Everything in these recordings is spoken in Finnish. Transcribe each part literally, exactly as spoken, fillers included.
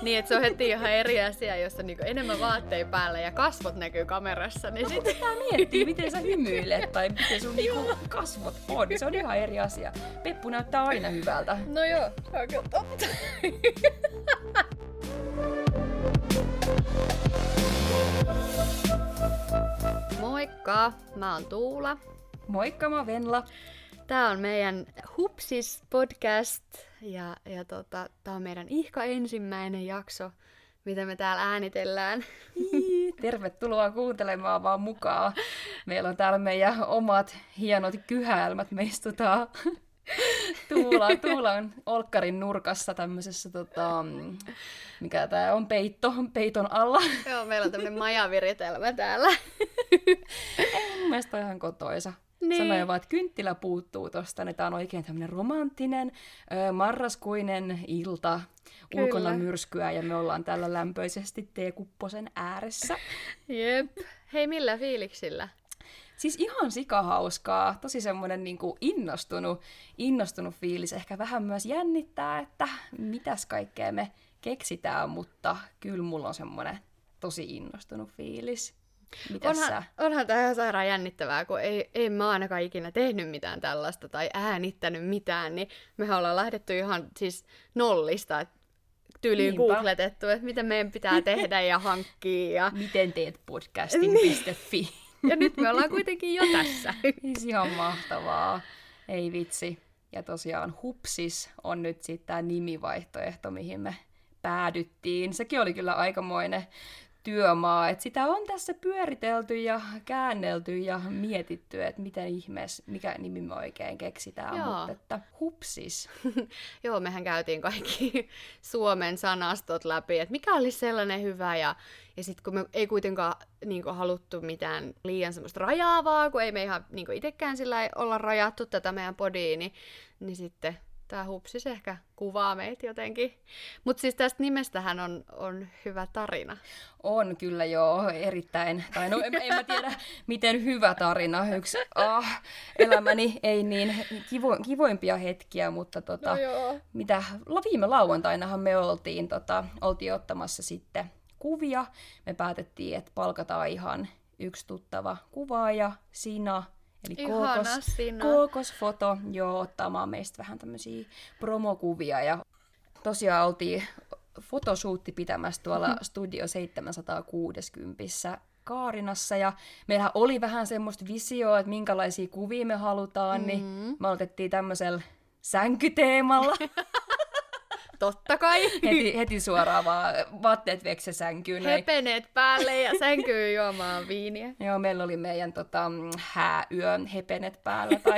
Niin, että se on heti ihan eri asia, jos on niinku enemmän vaatteita päällä ja kasvot näkyy kamerassa. Niin sit... Pitää miettiä, miten sä hymyilet tai miten sun niinku kasvot on. Se on ihan eri asia. Peppu näyttää aina hyvältä. No joo, se on kyllä totta. Moikka, mä oon Tuula. Moikka, mä oon Venla. Tää on meidän Hupsis podcast ja, ja tota, tää on meidän ihka ensimmäinen jakso, mitä me täällä äänitellään. Tervetuloa kuuntelemaan vaan mukaan. Meillä on täällä meidän omat hienot kyhäelmät. Me istutaan Tuula, Tuula on olkkarin nurkassa tämmöisessä, tota, mikä tää on, peitto, peiton alla. Joo, meillä on tämmönen majaviritelmä täällä. Ei, mun mielestä on ihan kotoisa. Niin. Sanoin vaan, että kynttilä puuttuu tosta, niin tää on oikein tämmönen romanttinen, ö, marraskuinen ilta, Kyllä. ulkona myrskyä ja me ollaan täällä lämpöisesti teekupposen ääressä. Jep. Hei, millä fiiliksillä? Siis ihan sikahauskaa, tosi semmoinen niin kuin innostunut, innostunut fiilis, ehkä vähän myös jännittää, että mitäs kaikkea me keksitään, mutta kyllä mulla on semmoinen tosi innostunut fiilis. Mitäs onhan, sä? onhan tämä ihan sairaan jännittävää, kun ei, ei mä ainakaan ikinä tehnyt mitään tällaista tai äänittänyt mitään, niin mehän ollaan lähdetty ihan siis nollista, että tyyliin Niinpä. googletettu, että mitä meidän pitää tehdä ja hankkia. Ja, Miten teet podcasting piste fi? ja nyt me ollaan kuitenkin jo tässä. Siis ihan mahtavaa. Ei vitsi. Ja tosiaan Hupsis on nyt sitten tämä nimivaihtoehto, mihin me päädyttiin. Sekin oli kyllä aikamoinen työmaa, että sitä on tässä pyöritelty ja käännelty ja mietitty, että miten ihmeessä, mikä nimi me oikein keksitään, Joo. mutta että Hupsis. Joo, mehän käytiin kaikki Suomen sanastot läpi, että mikä olisi sellainen hyvä, ja, ja sitten kun me ei kuitenkaan niin kuin, haluttu mitään liian semmoista rajaavaa, kun ei me ihan niin kuin itsekään sillä ei olla rajattu tätä meidän podia, niin, niin sitten tämä Hupsis ehkä kuvaa meitä jotenkin. Mutta siis tästä nimestähän on, on hyvä tarina. On kyllä joo, erittäin, tai no en, en mä tiedä miten hyvä tarina, yksi ah, elämäni ei niin kivo, kivoimpia hetkiä, mutta tota, No joo. mitä, viime lauantainahan me oltiin, tota, oltiin ottamassa sitten kuvia, me päätettiin, että palkataan ihan yksi tuttava kuvaaja, Sina, eli Ihana, Kookos, Sina. Kookosfoto, joo, ottamaan meistä vähän tämmöisiä promokuvia, ja tosiaan oltiin fotosuutti pitämässä tuolla Studio seitsemänsataakuusikymmentä Kaarinassa, ja meillähän oli vähän semmoista visioa, että minkälaisia kuvia me halutaan, mm. niin me aloitettiin tämmöisellä sänkyteemalla. Totta kai. heti, heti suoraan vaan vaatteet veksä sänkyyn. Hepeneet päälle ja sänkyy juomaan viiniä. Joo, meillä oli meidän tota, hääyön hepenet päällä. Tai...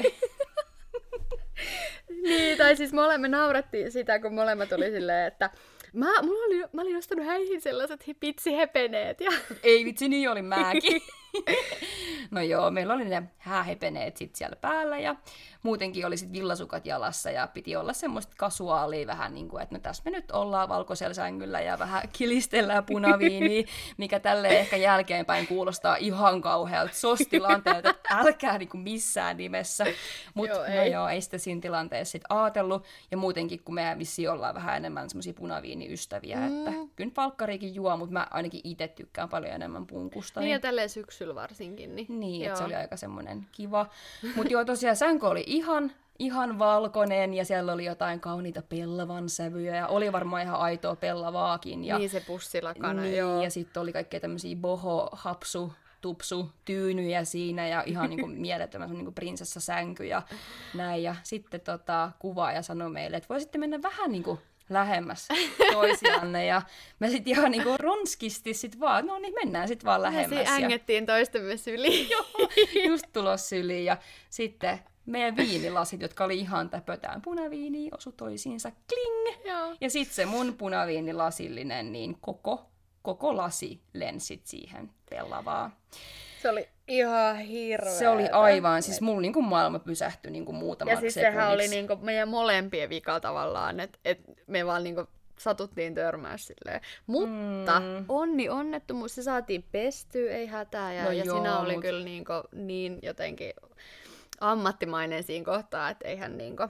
Niin, tai siis molemmat naurattiin sitä, kun molemmat oli silleen, että mä, mulla oli, mä olin ostanut häihin sellaiset pitsihepeneet. Ja... Ei vitsi, niin olin mäkin. No joo, meillä oli ne häähepeneet sit siellä päällä ja muutenkin oli sit villasukat jalassa ja piti olla semmoista kasuaalia vähän niin kuin, että no tässä me nyt ollaan valkoisella sängyllä ja vähän kilistellään punaviiniä, mikä tälle ehkä jälkeenpäin kuulostaa ihan kauhealta sostilanteelta, että älkää niin kuin missään nimessä. Mutta Joo, no ei. joo, ei sitä siinä tilanteessa sit ajatellut ja muutenkin kun me vissiin ollaan vähän enemmän semmoisia punaviiniystäviä, mm. että kyllä valkkariikin juo, mutta mä ainakin itse tykkään paljon enemmän punkusta. Niin ja tälleen syksyllä varsinkin. Niin, Niin, että se oli aika semmoinen kiva. Mutta joo, tosiaan sänky oli ihan, ihan valkoinen ja siellä oli jotain kauniita pellavan sävyjä ja oli varmaan ihan aitoa pellavaakin. Ja, niin se pussilakana, niin, joo. ja sitten oli kaikkea tämmöisiä boho, hapsu, tupsu, tyynyjä siinä ja ihan niinku mielettömän niinku prinsessasänky ja näin. Ja sitten tota, kuvaaja sanoi meille, että voisitte mennä vähän niinku lähemmäs toisianne, ja me sitten ihan niinku ronskisti sit vaan, no niin, mennään sitten vaan lähemmäs. Me siinä ängettiin toistemme syliin. Joo, just tulos syliin, ja sitten meidän viinilasit, jotka oli ihan täpötään punaviiniä, osu toisiinsa, kling! Joo. Ja sitten se mun punaviinilasillinen, niin koko, koko lasi lensit siihen pellavaa. Se oli ihan hirveä. Se oli aivan, siis mulla niinku maailma pysähtyi niinku muutamaksi Ja siis sekunniksi. sehän oli niinku meidän molempien vika tavallaan, että et me vaan niinku satuttiin törmää silleen. Mutta mm. onni onnettomuus, se saatiin pestyä, ei hätää. Ja, no ja joo, sinä oli mut... kyllä niinku niin jotenkin ammattimainen siinä kohtaa, että eihän niinku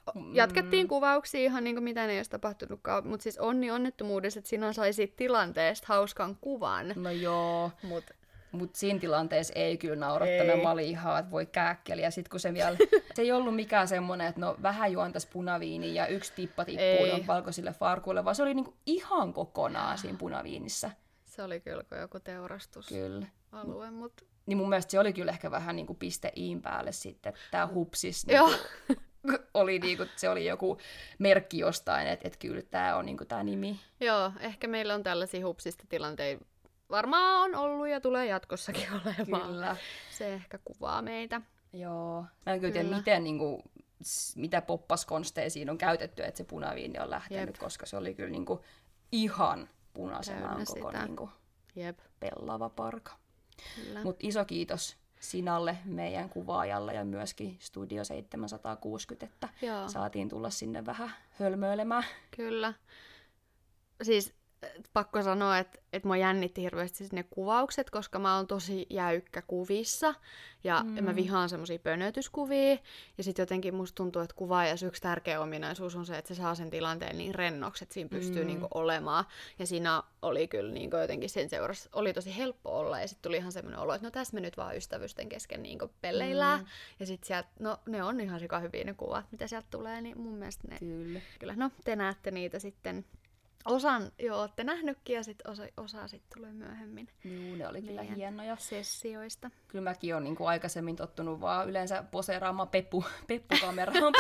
jatkettiin kuvauksia ihan niin kuin mitään ei olisi tapahtunutkaan, mutta siis onni onnettomuudessa, että sinä sai siitä tilanteesta hauskan kuvan. No joo, Mut mutta siinä tilanteessa ei kyllä naurattanut. Ei. Mä olin ihan, että voi kääkkeli. Ja sitten kun se vielä, se ei ollut mikään semmoinen, että no vähän juontas punaviini ja yksi tippa tippuu Ei. jon valkoisille farkuille, vaan se oli niinku ihan kokonaan siinä punaviinissä. se oli kyllä joku teurastusalue, Kyllä. mutta Niin mun mielestä se oli kyllä ehkä vähän niinku piste iin päälle sitten, että tää hupsis joo. niinku, oli niinku, se oli joku merkki jostain, että et kyllä tää on niinku tää nimi. Joo, ehkä meillä on tällaisia hupsista tilanteita. Varmaan on ollut ja tulee jatkossakin olemaan. Kyllä. Se ehkä kuvaa meitä. Joo. Mä en kyllä tiedä, Kyllä. miten, niinku, s- mitä poppaskonsteja siinä on käytetty, että se punaviini on lähtenyt, Jep. koska se oli kyllä niinku ihan punaisenaan Täynnä koko sitä. niinku Jep, pellava parka. kyllä. Mutta iso kiitos Sinalle, meidän kuvaajalle ja myöskin Studio seitsemänsataakuusikymmentä, että Joo. saatiin tulla sinne vähän hölmöilemään. Kyllä. Siis äh, pakko sanoa, että, että mua jännitti hirveästi siis ne kuvaukset, koska mä oon tosi jäykkä kuvissa ja mm. mä vihaan semmosia pönötyskuvia. Ja sit jotenkin musta tuntuu, että kuvaajassa yksi tärkeä ominaisuus on se, että se saa sen tilanteen niin rennoksi, että siinä pystyy mm. niinku olemaan. Ja siinä oli kyllä niinku jotenkin sen seurassa, oli tosi helppo olla ja sitten tuli ihan semmoinen olo, että no tässä me nyt vaan ystävysten kesken niinku pelleillään. Mm. Ja sit sieltä, no ne on ihan sika hyviä ne kuvat, mitä sieltä tulee, niin mun mielestä ne Kyllä. kyllä, no te näette niitä sitten. Osan jo olette nähnytkin ja sit osa, osa sitten tulee myöhemmin Juu, ne oli kyllä meidän hienoja. sessioista. Kyllä mäkin olen niin aikaisemmin tottunut vaan yleensä poseeraamaan peppu, peppukameraan.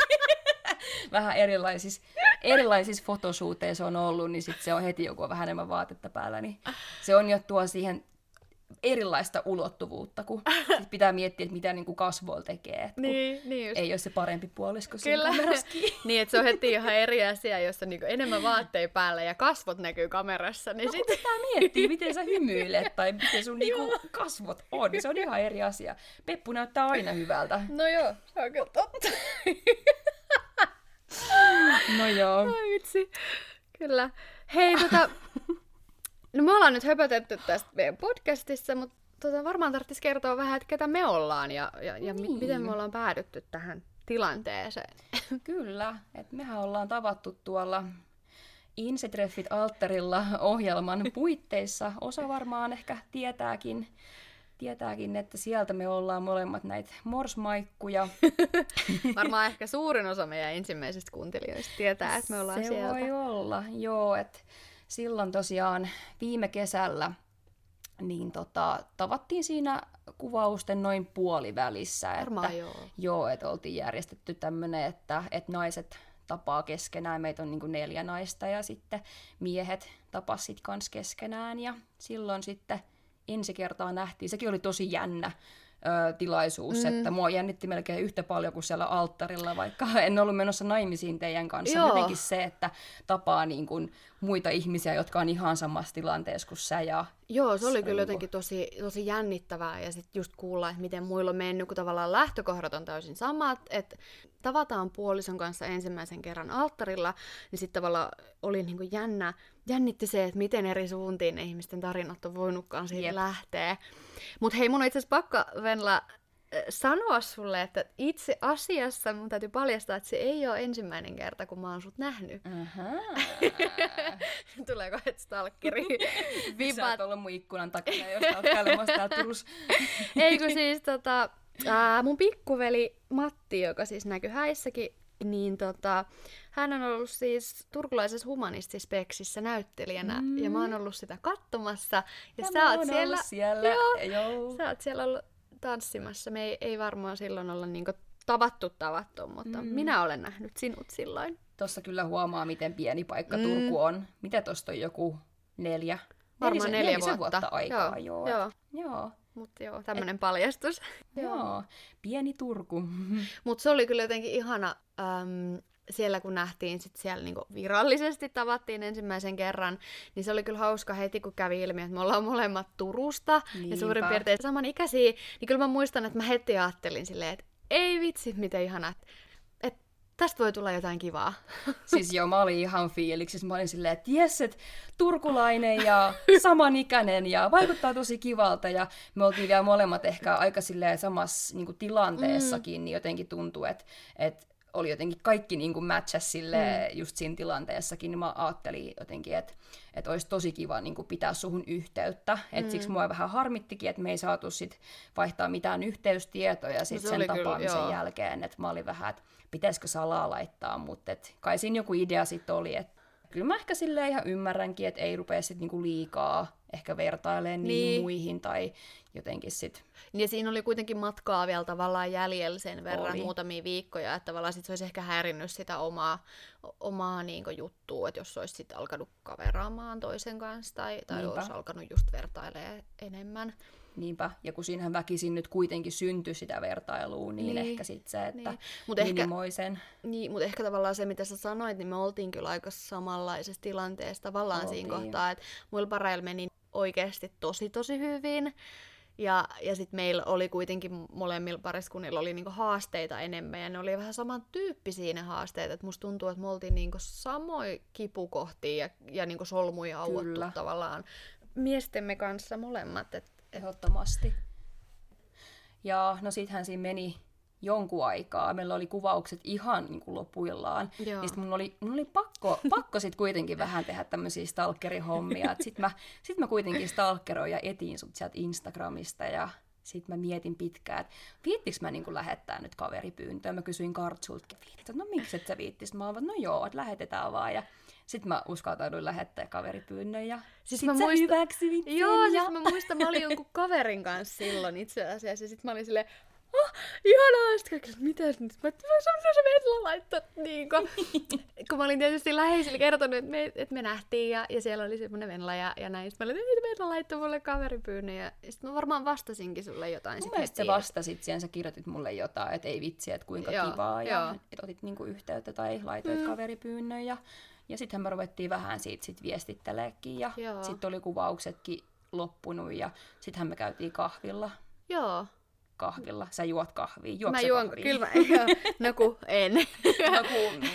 Vähän erilaisissa, erilaisissa fotosuuteissa on ollut, niin sit se on heti joku vähän enemmän vaatetta päällä. Niin se on jo tuo siihen erilaista ulottuvuutta, kun sit pitää miettiä, että mitä niin kuin kasvoilla tekee. Et kun Niin, niin just. ei ole se parempi puolisko Kyllä. siinä kamerassakin. Niin, että se on heti ihan eri asia, jos on niinku enemmän vaatteita päällä ja kasvot näkyy kamerassa. Niin No sit... kun pitää miettiä, miten sä hymyilet tai miten sun niinku kasvot on, niin se on ihan eri asia. Peppu näyttää aina hyvältä. No joo, se on kyllä totta. No joo. Ai vitsi. Kyllä. Hei, tota... No me ollaan nyt höpötetty tästä meidän podcastissa, mutta tota, varmaan tarvitsisi kertoa vähän, että ketä me ollaan ja, ja, ja Niin. mi- miten me ollaan päädytty tähän tilanteeseen. Kyllä, että mehän ollaan tavattu tuolla Insetreffit alttarilla ohjelman puitteissa. Osa varmaan ehkä tietääkin, tietääkin, että sieltä me ollaan molemmat näitä morsmaikkuja. Varmaan ehkä suurin osa meidän ensimmäisistä kuuntelijoista tietää, että me ollaan Se sieltä. voi olla, joo, että silloin tosiaan viime kesällä niin tota, tavattiin siinä kuvausten noin puolivälissä. Varmaan että, joo. Joo, että oltiin järjestetty tämmöinen, että, että naiset tapaa keskenään. Meitä on niin kuin neljä naista ja sitten miehet tapasit kans keskenään. Ja silloin sitten ensi kertaa nähtiin, sekin oli tosi jännä ö, tilaisuus, mm. että mua jännitti melkein yhtä paljon kuin siellä alttarilla, vaikka en ollut menossa naimisiin teidän kanssa. Joo. Jotenkin se, että tapaa niin kuin muita ihmisiä, jotka on ihan samassa tilanteessa kuin sä. Ja Joo, se oli se kyllä on jotenkin tosi, tosi jännittävää ja sitten just kuulla, että miten muilla on mennyt, kun tavallaan lähtökohdat on täysin samat, että tavataan puolison kanssa ensimmäisen kerran alttarilla, niin sitten tavallaan oli niinku jännä, jännitti se, että miten eri suuntiin ne ihmisten tarinat on voinutkaan siitä Jep. lähteä. Mutta hei, mun on itse asiassa pakko, Venla, äh, sanoa sulle, että itse asiassa mun täytyy paljastaa, että se ei ole ensimmäinen kerta, kun mä oon sut nähnyt. Ahaa. Tuleeko et stalkeri? Sä Vibat. oot ollut mun ikkunan takana, jos sä oot käydä täällä Turussa. Ei kun siis tota, ää, mun pikkuveli Matti, joka siis näkyy häissäkin, niin tota, hän on ollut siis turkulaisessa humanistispeksissä näyttelijänä, mm. ja mä oon ollut sitä katsomassa, ja, Ja sä mä oot oon siellä, ollut siellä. Joo, Joo. sä oot siellä ollut tanssimassa. Me ei, ei varmaan silloin olla niinku tavattu tavattu, mutta mm. minä olen nähnyt sinut silloin. Tossa kyllä huomaa, miten pieni paikka Mm. Turku on. Mitä tosta on joku neljä? Varmaan Nelisen- neljä nelisen vuotta. vuotta aikaa. Joo, Joo. joo. Joo. Mutta joo, tämmönen paljastus. Joo. Pieni Turku. Mutta se oli kyllä jotenkin ihana, äm, siellä kun nähtiin sit siellä niinku virallisesti tavattiin ensimmäisen kerran, niin se oli kyllä hauska heti, kun kävi ilmi, että me ollaan molemmat Turusta Niinpä. ja suurin piirtein samanikäisiä, niin kyllä mä muistan, että mä heti ajattelin silleen, että ei vitsi, miten ihana, että et, tästä voi tulla jotain kivaa. Siis joo, mä olin ihan fiiliksissä. Mä olin silleen, että jes, et turkulainen ja samanikäinen ja vaikuttaa tosi kivalta. Ja me oltiin vielä molemmat ehkä aika silleen samassa niin kuin tilanteessakin, mm. niin jotenkin tuntuu, että, että oli jotenkin kaikki niin kuin matchasi sille mm. just siinä tilanteessakin, niin mä ajattelin jotenkin, että, että olisi tosi kiva niin kuin pitää suhun yhteyttä. Mm. Että siksi mua vähän harmittikin, että me ei saatu sit vaihtaa mitään yhteystietoja sit no sen tapaamisen kyllä, jälkeen. Että mä olin vähän, että pitäisikö salaa laittaa, mutta et, kai siinä joku idea sitten oli, että kyllä mä ehkä silleen ihan ymmärränkin, että ei rupea sit niinku liikaa ehkä vertailemaan niin. niihin muihin tai jotenkin sit. Ja siinä oli kuitenkin matkaa vielä tavallaan jäljellä sen verran oli. muutamia viikkoja, että tavallaan sit se olisi ehkä häirinnyt sitä omaa, omaa niinku juttua, että jos olisi sit alkanut kaveraamaan toisen kanssa tai, tai olisi alkanut just vertailemaan enemmän. Niinpä, ja kun siinähän väkisin nyt kuitenkin syntyi sitä vertailua, niin, niin. ehkä sitten se, että niin. minimoi sen. Niin, mutta ehkä tavallaan se, mitä sä sanoit, niin me oltiin kyllä aika samanlaisessa tilanteessa tavallaan oltiin. Siinä kohtaa, että muilla pareilla meni oikeasti tosi tosi hyvin, ja, ja sitten meillä oli kuitenkin molemmilla pariskunnilla oli niinku haasteita enemmän, ja ne oli vähän samantyyppisiä ne haasteet, että musta tuntuu, että me oltiin niinku samoja kipukohtia ja, ja niinku solmuja auottu kyllä. tavallaan miestemme kanssa molemmat, että ehdottomasti. Ja no sittenhän siinä meni jonkun aikaa. Meillä oli kuvaukset ihan niin kuin lopuillaan. Joo. Niin mun oli, mun oli pakko, pakko sit kuitenkin vähän tehdä tämmöisiä stalkerihommia. Sitten mä, sit mä kuitenkin stalkeroin ja etin sut sieltä Instagramista ja sitten mä mietin pitkään, että viittikö mä niin kuin lähettää nyt kaveripyyntöä. Mä kysyin Kartsultakin, että no miksi et sä viittis? Mä olin, no joo, että lähetetään vaan. Ja sitten mä uskaltauduin lähettää kaveripyynnön ja siis sit mä sä muistan, hyväksyit sen. Joo, ja... siis mä muistan, mä olin jonkun kaverin kanssa silloin itse asiassa. Ja sit mä olin silleen, oh, ihanaa. Sitten kaikki, mitäs nyt? Mä sanoin, se Venla laittaa niin kun, kun mä olin tietysti läheisille kertonut, että me, että me nähtiin ja, ja siellä oli semmoinen Venla ja, ja näin. Sitten mä olin, että Venla laittoi mulle kaveripyynnön ja sitten mä varmaan vastasinkin sulle jotain. Mun mielestä sä vastasit siihen, sä kirjoitit mulle jotain, että ei vitsi, että kuinka joo, kivaa ja että otit niinku yhteyttä tai laitoit mm. kaveripyynnön ja Ja sittenhän me ruvettiin vähän siitä sit viestitteleekin ja sitten oli kuvauksetkin loppunut ja sittenhän me käytiin kahvilla. Joo. Kahvilla. Sä juot kahvia. Juotko mä juon, kahvia? Kyllä mä, joo. No ku, en. No ku,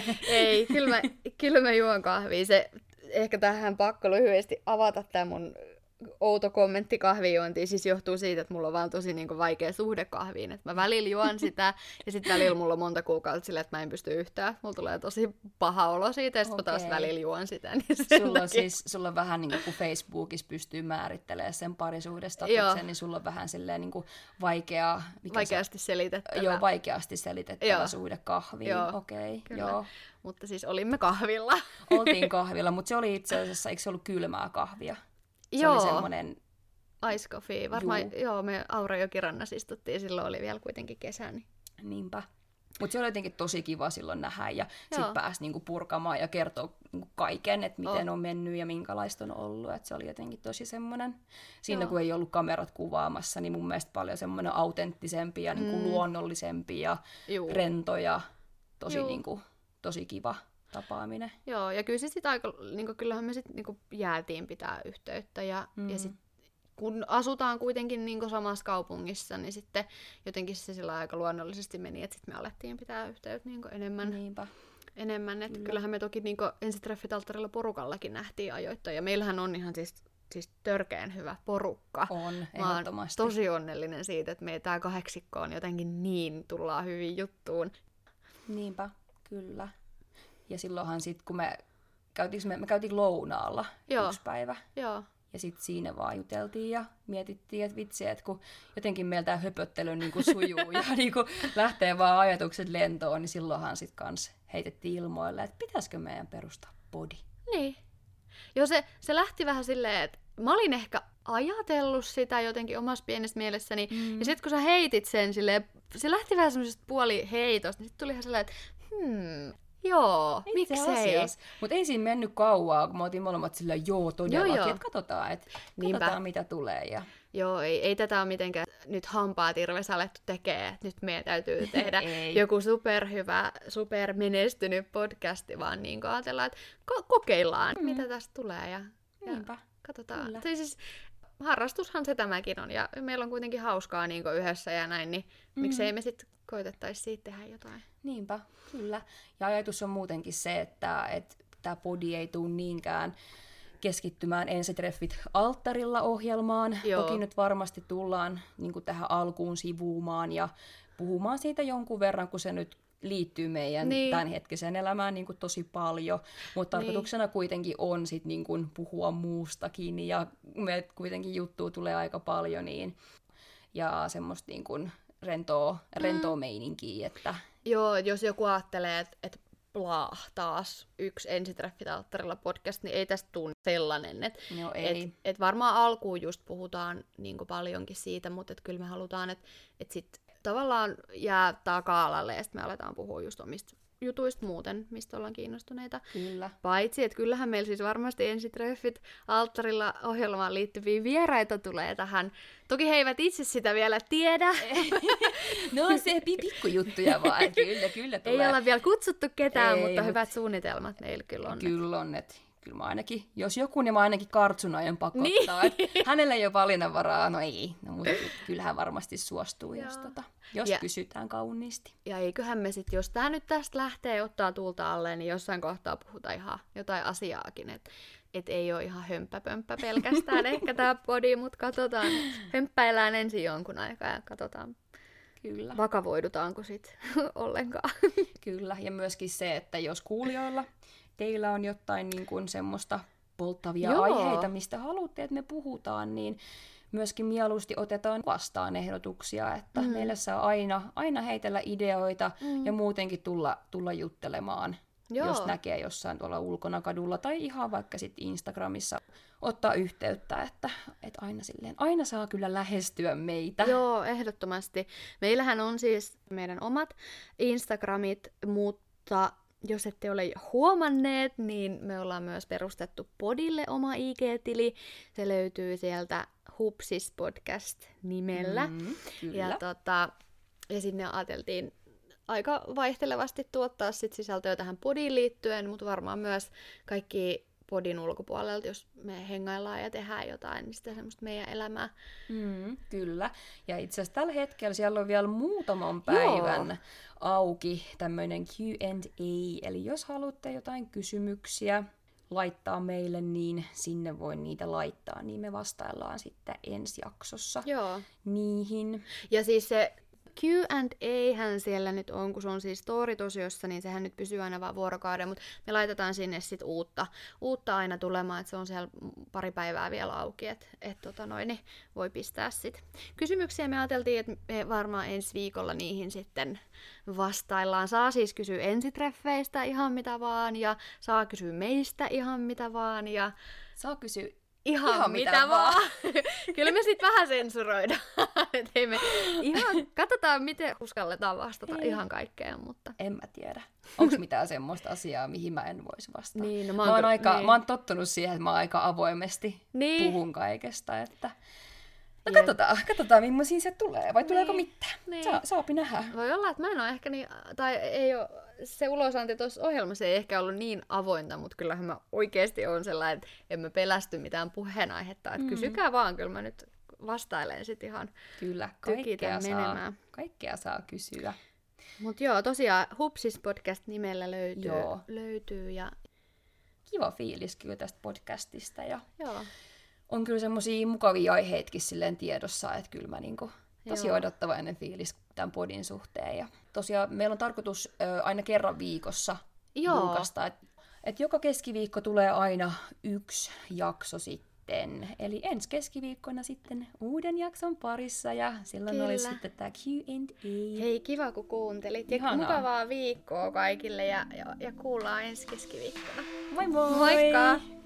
ei, kyllä mä, kyllä mä juon kahvia. Se, ehkä tähän pakko lyhyesti avata tämä mun outo kommentti kahvijuontiin, siis johtuu siitä, että mulla on vaan tosi niinku vaikea suhde kahviin, että mä välillä juon sitä, ja sitten välillä mulla on monta kuukautta silleen, että mä en pysty yhtään. Mulla tulee tosi paha olo siitä, ja sitten okay. mä taas välillä juon sitä. Niin sulla, on siis, sulla on vähän niin kuin Facebookissa pystyy määrittelemään sen parisuhdestatuksen, niin sulla on vähän silleen niin kuin vaikea... Vaikeasti se, selitettävä. Joo, vaikeasti selitettävä joo. suhde kahviin. Okei, okay, joo. Mutta siis olimme kahvilla. Oltiin kahvilla, mutta se oli itse asiassa, eikö se ollut kylmää kahvia? Se joo. oli semmoinen... Ice coffee. Varmaan, Juu. joo, me Aurajokirannassa istuttiin, silloin oli vielä kuitenkin kesä. Niin. Niinpä. Mutta se oli jotenkin tosi kiva silloin nähdä ja sitten pääsi niinku purkamaan ja kertoa niinku kaiken, että miten oh. on mennyt ja minkälaista on ollut. Et se oli jotenkin tosi semmoinen, siinä joo. kun ei ollut kamerat kuvaamassa, niin mun mielestä paljon semmoinen autenttisempi ja niinku mm. luonnollisempi ja Juu. rento ja tosi, niinku, tosi kiva tapaaminen. Joo, ja kyllä sit aika, niinku, kyllähän me sitten niinku, jäätiin pitää yhteyttä ja, mm. ja sitten kun asutaan kuitenkin niin samassa kaupungissa, niin sitten jotenkin se sillä aika luonnollisesti meni, että sitten me alettiin pitää yhteyttä niin enemmän. Niinpä. enemmän. Että kyllähän me toki niin ensitreffit-alttarilla porukallakin nähtiin ajoittain. Ja meillähän on ihan siis, siis törkeän hyvä porukka. On, ehdottomasti. Mä oon tosi onnellinen siitä, että me tää kahdeksikko on jotenkin niin, tullaan hyvin juttuun. Niinpä, kyllä. Ja silloinhan sitten, kun me käytiin, me, me käytiin lounaalla Joo. yksi päivä. Joo. Ja sitten siinä vaan juteltiin ja mietittiin, että vitsi, että kun jotenkin meillä tämä höpöttely niin kuin sujuu ja niin kuin lähtee vaan ajatukset lentoon, niin silloinhan sitten kans heitettiin ilmoille, että pitäisikö meidän perustaa body. Niin. Joo, se, se lähti vähän silleen, että mä olin ehkä ajatellut sitä jotenkin omassa pienessä mielessäni, mm. ja sitten kun sä heitit sen silleen, se lähti vähän semmoisesta puoliheitosta, niin sitten tuli ihan sellainen, että hmm... Joo, miksei. Mutta ei siinä mennyt kauaa, kun me oltiin molemmat sillä joo todellakin, että katsotaan, että katsotaan mitä tulee. Ja... Joo, ei, ei tätä ole mitenkään nyt hampaat irvessä alettu tekemään, että nyt meidän täytyy tehdä joku superhyvä, supermenestynyt podcasti, vaan niin kuin ajatellaan, että ko- kokeillaan, mm. mitä tästä tulee ja, ja katsotaan. Siis, harrastushan se tämäkin on ja meillä on kuitenkin hauskaa niin kuin yhdessä ja näin, niin mm. miksei me sitten koitettaisiin siitä tehdä jotain. Niinpä, kyllä. Ja ajatus on muutenkin se, että, että tämä podi ei tule niinkään keskittymään ensitreffit alttarilla ohjelmaan. Joo. Toki nyt varmasti tullaan niin kuin tähän alkuun sivuumaan ja puhumaan siitä jonkun verran, kun se nyt liittyy meidän niin. tämänhetkiseen elämään niin kuin tosi paljon, mutta tarkoituksena niin. kuitenkin on sit niin kuin puhua muustakin, ja me kuitenkin juttua tulee aika paljon, niin, ja semmoista niin kuin rentoa, rentoa mm. meininkiä. Että... Joo, jos joku ajattelee, että et plaa taas yksi Ensitreffit alttarilla podcast, niin ei tästä tule sellainen. Et, no ei. Et, et varmaan alkuun just puhutaan niin kuin paljonkin siitä, mutta et kyllä me halutaan, että et sit tavallaan jää taka-alalle ja sitten me aletaan puhua just omista jutuista muuten, mistä ollaan kiinnostuneita. Kyllä. Paitsi, että kyllähän meillä siis varmasti Ensitreffit alttarilla ohjelmaan liittyviä vieraita tulee tähän. Toki he eivät itse sitä vielä tiedä. No se pikkujuttuja vaan, kyllä, kyllä tulee. Ei olla vielä kutsuttu ketään, Ei, mutta mut... hyvät suunnitelmat meillä kyllä on. Kyllä on, että kyllä mä ainakin, jos joku, niin mä ainakin Kartsun aion pakottaa. Niin. Hänellä ei ole valinnanvaraa, no ei, no, mutta kyllähän varmasti suostuu, jos, tota, jos ja, kysytään kauniisti. Ja eiköhän me sitten, jos tää nyt tästä lähtee ottaa tuulta alle, niin jossain kohtaa puhutaan ihan jotain asiaakin, että et ei ole ihan hömppäpömppä pelkästään ehkä tää podi, mutta katsotaan, hömppäillään ensin jonkun aikaa ja katsotaan. Kyllä. Vakavoidutaanko sit ollenkaan. Kyllä, ja myöskin se, että jos kuulijoilla teillä on jotain niin kuin semmoista polttavia Joo. aiheita, mistä haluatte, että me puhutaan, niin myöskin mieluusti otetaan vastaan ehdotuksia, että mm. meille saa aina, aina heitellä ideoita mm. ja muutenkin tulla, tulla juttelemaan, Joo. jos näkee jossain tuolla ulkona kadulla tai ihan vaikka sitten Instagramissa ottaa yhteyttä, että, että aina, silleen, aina saa kyllä lähestyä meitä. Joo, ehdottomasti. Meillähän on siis meidän omat Instagramit, mutta jos ette ole huomanneet, niin me ollaan myös perustettu podille oma I G-tili. Se löytyy sieltä Hupsis Podcast nimellä. Mm, ja, tota, ja sinne ajateltiin aika vaihtelevasti tuottaa sit sisältöä tähän podiin liittyen, mutta varmaan myös kaikki podin ulkopuolelta, jos me hengaillaan ja tehdään jotain, niin sitä semmoista meidän elämää. Mm, kyllä. Ja itse asiassa tällä hetkellä siellä on vielä muutaman päivän Joo. auki tämmöinen Q and A, eli jos haluatte jotain kysymyksiä laittaa meille, niin sinne voi niitä laittaa, niin me vastaillaan sitten ensi jaksossa Joo. niihin. Ja siis se Q and A-hän siellä nyt on, kun se on siis story-tosiossa, niin sehän nyt pysyy aina vaan vuorokauden, mutta me laitetaan sinne sitten uutta, uutta aina tulemaan, että se on siellä pari päivää vielä auki, että et, tota noin, niin voi pistää sitten kysymyksiä. Me ajateltiin, että me varmaan ensi viikolla niihin sitten vastaillaan. Saa siis kysyä ensitreffeistä ihan mitä vaan, ja saa kysyä meistä ihan mitä vaan, ja saa kysyä Ihan, ihan mitä, mitä vaan. vaan. Kyllä me sitten vähän sensuroidaan. Ei me ihan, katsotaan, miten uskalletaan vastata Ei. ihan kaikkeen. Mutta... En mä tiedä. Onko mitään semmoista asiaa, mihin mä en voisi vastata? Niin, no mä, mä, oon to... aika, niin. mä oon tottunut siihen, että mä aika avoimesti niin. puhun kaikesta. Että... No katsotaan, katsotaan millaisia se tulee. Vai niin. tuleeko mitään? Niin. Saa, saapi nähdä. Voi olla, että mä en ole ehkä niin... Tai ei ole... Se ulosanti tuossa ohjelmassa ei ehkä ollut niin avointa, mutta kyllähän mä oikeasti on sellainen, että en mä pelästy mitään puheenaihetta. Että mm. kysykää vaan, kyllä mä nyt vastailen sit ihan kyllä, kaikkea menemään. Saa, kaikkea saa kysyä. Mut joo, tosiaan Hupsis Podcast nimellä löytyy. Joo. löytyy ja... Kiva fiilis kyllä tästä podcastista. Ja joo. on kyllä semmosia mukavia aiheitkin silleen tiedossa, että kyllä mä niinku... Tosi odottavainen fiilis tämän podin suhteen. Ja tosiaan meillä on tarkoitus ö, aina kerran viikossa julkaista. Että et joka keskiviikko tulee aina yksi jakso sitten. Eli ensi keskiviikkona sitten uuden jakson parissa. Ja silloin Kyllä. olisi sitten tämä Q and A. Hei, kiva kun kuuntelit. Ja mukavaa viikkoa kaikille ja, ja, ja kuullaan ensi keskiviikkona. Moi moi! Moikka!